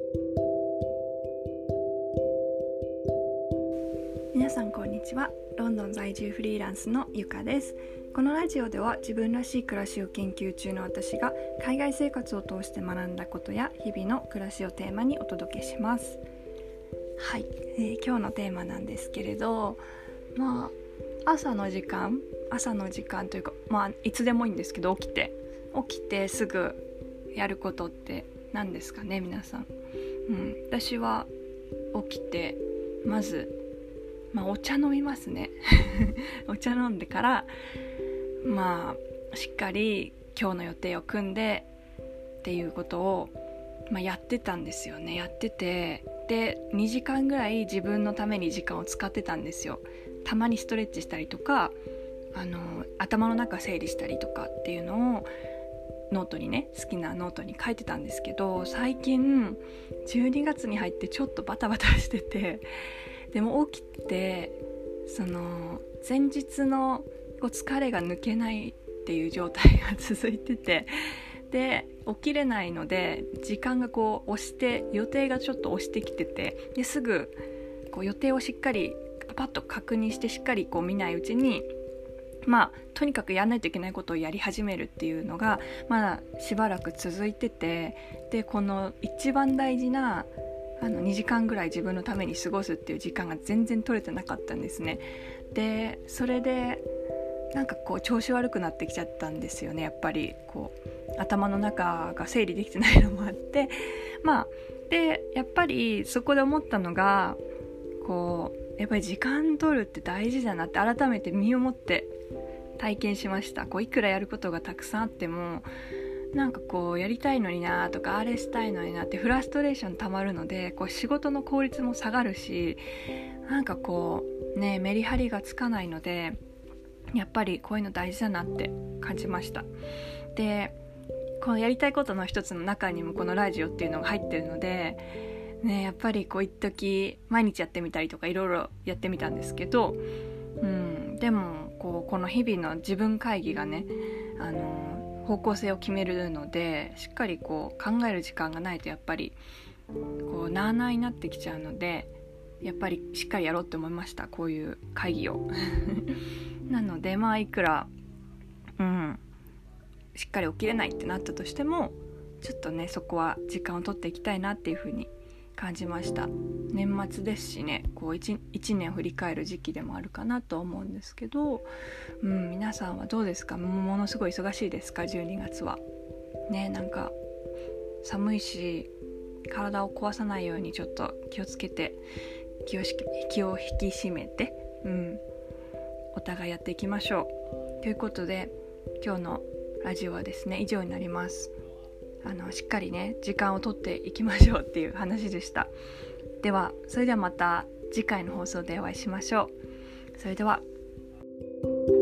皆さんこんにちは。ロンドン在住フリーランスのゆかです。このラジオでは自分らしい暮らしを研究中の私が海外生活を通して学んだことや日々の暮らしをテーマにお届けします。はい、今日のテーマなんですけれど、朝の時間というか、いつでもいいんですけど、起きてすぐやることって何ですかね、皆さん。私は起きてまずお茶飲みますねお茶飲んでからしっかり今日の予定を組んでっていうことを、やってたんですよね。やってて、で2時間ぐらい自分のために時間を使ってたんですよ。たまにストレッチしたりとか、頭の中整理したりとかっていうのをノートにね、好きなノートに書いてたんですけど、最近12月に入ってちょっとバタバタしてて、でも起きてその前日の疲れが抜けないっていう状態が続いてて、で起きれないので時間が押して予定がちょっと押してきてて、ですぐ予定をしっかりパッと確認してしっかり見ないうちにとにかくやらないといけないことをやり始めるっていうのがしばらく続いてて、でこの一番大事な2時間ぐらい自分のために過ごすっていう時間が全然取れてなかったんですね。でそれで調子悪くなってきちゃったんですよね。やっぱり頭の中が整理できてないのもあって、でやっぱりそこで思ったのがやっぱり時間取るって大事だなって改めて身をもって体験しました。いくらやることがたくさんあってもやりたいのになとか、あれしたいのになってフラストレーションたまるので、仕事の効率も下がるし、メリハリがつかないので、やっぱりこういうの大事だなって感じました。でこのやりたいことの一つの中にもこのラジオっていうのが入ってるのでね、やっぱり一時毎日やってみたりとかいろいろやってみたんですけど、でもこの日々の自分会議がね、方向性を決めるので、しっかり考える時間がないとやっぱりなあなあになってきちゃうので、やっぱりしっかりやろうって思いました、こういう会議をなのでいくらしっかり起きれないってなったとしても、ちょっとねそこは時間を取っていきたいなっていう風に感じました。年末ですしね、1年を振り返る時期でもあるかなと思うんですけど、皆さんはどうですか？ものすごい忙しいですか？12月はね、寒いし体を壊さないようにちょっと気をつけて、気を引き締めて、お互いやっていきましょうということで、今日のラジオはですね以上になります。しっかりね時間を取っていきましょうっていう話でした。それではまた次回の放送でお会いしましょう。それでは。